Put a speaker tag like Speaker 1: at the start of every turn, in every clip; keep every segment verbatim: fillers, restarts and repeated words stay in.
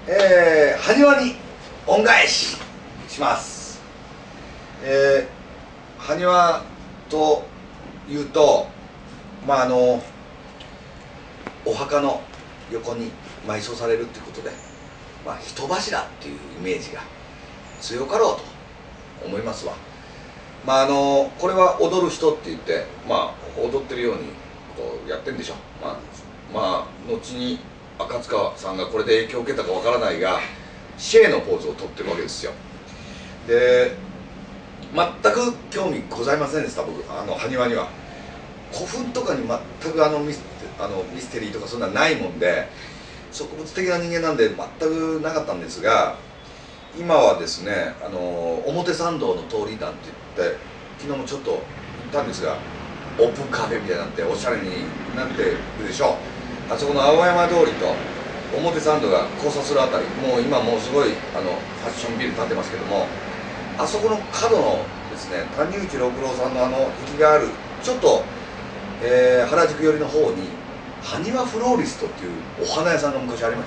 Speaker 1: えー、埴輪に恩返しします。えー、埴輪というと、まああのお墓の横に埋葬されるっていうことで、まあ人柱っていうイメージが強かろうと思いますわ。まああのこれは踊る人って言って、まあ踊ってるようにこうやってるんでしょ。まあまあ後に赤塚さんがこれで影響を受けたかわからないが、シェーのポーズをとってるわけですよ。で全く興味ございませんでした、僕あの埴輪には。古墳とかに全くあのミスあのミステリーとかそんなないもんで、植物的な人間なんで全くなかったんですが、今はですね、あの表参道の通りなんて言って、昨日もちょっと行ったんですが、オープンカフェみたいになっておしゃれになってるでしょ。あそこの青山通りと表参道が交差するあたり、もう今もうすごいあのファッションビル建ってますけども、あそこの角のですね、谷内六郎さんのあの壁があるちょっと、えー、原宿寄りの方に埴輪フローリストっていうお花屋さんが昔ありました。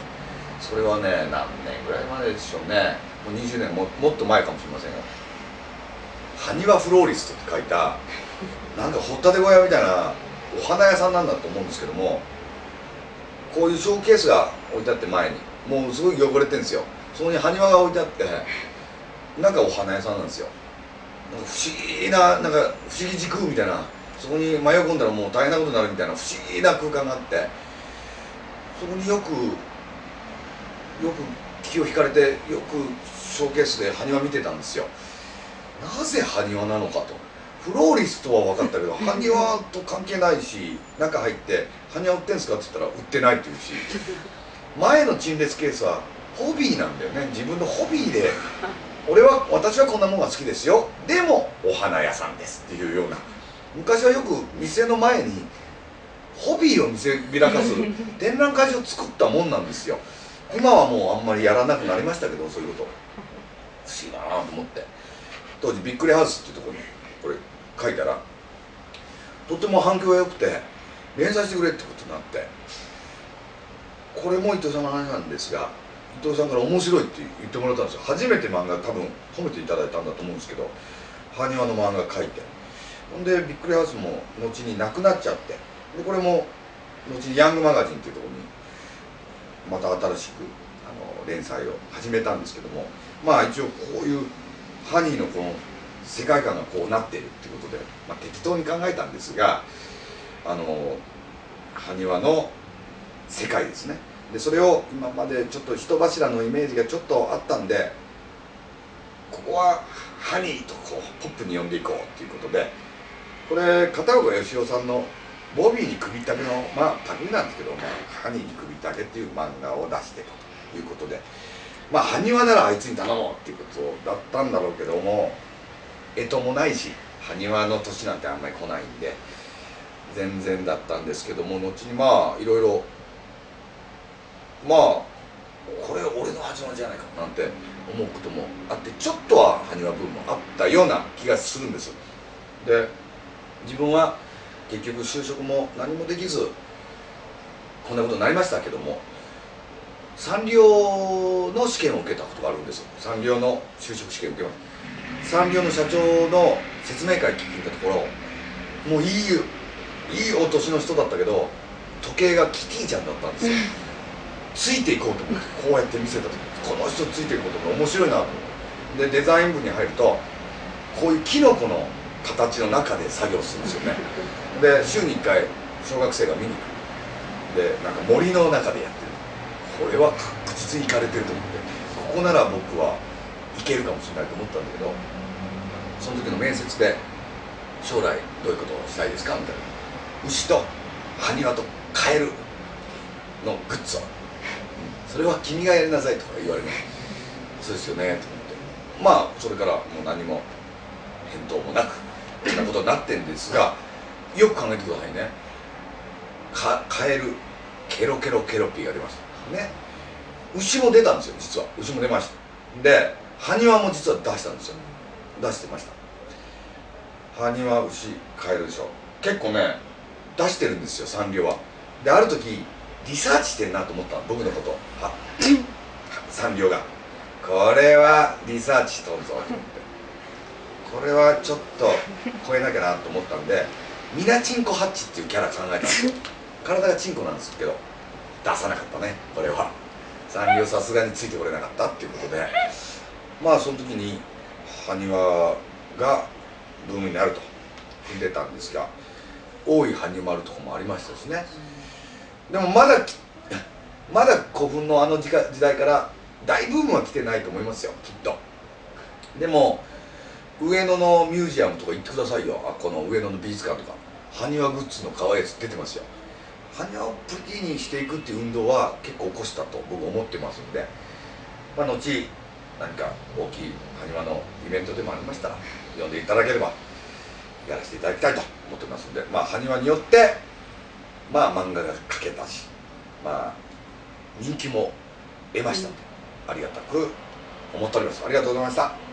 Speaker 1: それはね、何年ぐらい前でしょうね、もうにじゅうねん も, もっと前かもしれませんが、埴輪フローリストって書いたなんか掘ったて小屋みたいなお花屋さんなんだと思うんですけども、こういうショーケースが置いてあって、前にもうすごい汚れてるんですよ。そこに埴輪が置いてあって、なんかお花屋さんなんですよ。なんか不思議な、なんか不思議時空みたいな、そこに迷い込んだらもう大変なことになるみたいな不思議な空間があって、そこによくよく気を引かれて、よくショーケースで埴輪見てたんですよ。なぜ埴輪なのかと。フローリストは分かったけど埴輪と関係ないし、中入って「埴輪売ってんすか?」って言ったら売ってないって言うし、前の陳列ケースはホビーなんだよね。自分のホビーで、俺は私はこんなものが好きですよ、でもお花屋さんですっていうような。昔はよく店の前にホビーを見せびらかす展覧会場を作ったもんなんですよ。今はもうあんまりやらなくなりましたけど、そういうこと不思議だなと思って、当時ビックリハウスっていうところにこれ書いたらとても反響が良くて、連載してくれってことになって、これも伊藤さんの話なんですが、伊藤さんから面白いって言ってもらったんですよ。初めて漫画多分褒めていただいたんだと思うんですけど、埴輪の漫画書いて、ほんでビックリハウスも後になくなっちゃって、でこれも後にヤングマガジンっていうところにまた新しくあの連載を始めたんですけども、まあ一応こういうハニーのこの世界観がこうなっているっていうことで、まあ、適当に考えたんですが、あの埴輪の世界ですね。でそれを今までちょっと人柱のイメージがちょっとあったんで、ここはハニーとこうポップに呼んでいこうっていうことで、これ片岡義雄さんの「ボビーに首ったけ」のまあパクリなんですけど、まあ、ハニーに首ったけっていう漫画を出してたということで、まあ埴輪ならあいつに頼もうっていうことだったんだろうけども、干支もないし埴輪の年なんてあんまり来ないんで全然だったんですけども、後にまあいろいろ、まあこれ俺の埴輪じゃないかなんて思うこともあって、ちょっとは埴輪ブームもあったような気がするんです。で自分は結局就職も何もできずこんなことになりましたけども、サンリオの試験を受けたことがあるんです。サンリオの就職試験を受けました。サンリオの社長の説明会聞いたところ、もういいいいお年の人だったけど時計がキティちゃんだったんですよ。ついていこうと思ってこうやって見せた時、この人ついていくことが面白いなと思って、でデザイン部に入るとこういうキノコの形の中で作業するんですよね。で週にいっかい小学生が見に来る。でなんか森の中でやってる。これは確実に行かれてると思って、ここなら僕はいけるかもしれないと思ったんだけど、その時の面接で将来どういうことをしたいですかみたいな、牛と埴輪とカエルのグッズを、それは君がやりなさいとか言われる。そうですよねと思って、まあそれからもう何も返答もなくこんなことになってるんですが、よく考えてくださいね。かカエルケロケロケロピーが出ましたね。牛も出たんですよ。実は牛も出ました。で埴輪も実は出したんですよ。出してました。埴輪牛カエルでしょ。結構ね出してるんですよ、サンリオは。である時リサーチしてんなと思った、僕のこと。はサンリオがこれはリサーチしとんぞと思ってこれはちょっと超えなきゃなと思ったんでミナチンコハッチっていうキャラ考えたんですよ体がチンコなんですけど出さなかったねこれはサンリオさすがについてこれなかったっていうことでまあその時に埴輪がブームになると踏んでたんですが大井埴輪丸とかもありましたしねでもまだまだ古墳のあの時代から大ブームは来てないと思いますよきっとでも上野のミュージアムとか行ってくださいよあこの上野の美術館とか埴輪グッズの可愛いやつ出てますよ埴輪をプリティにしていくっていう運動は結構起こしたと僕思ってますんでまあ後何か大きい埴輪のイベントでもありましたら呼んでいただければやらせていただきたいと思ってますんでまあ埴輪によってまあ漫画が描けたしまあ人気も得ましたのでありがたく思っておりますありがとうございました。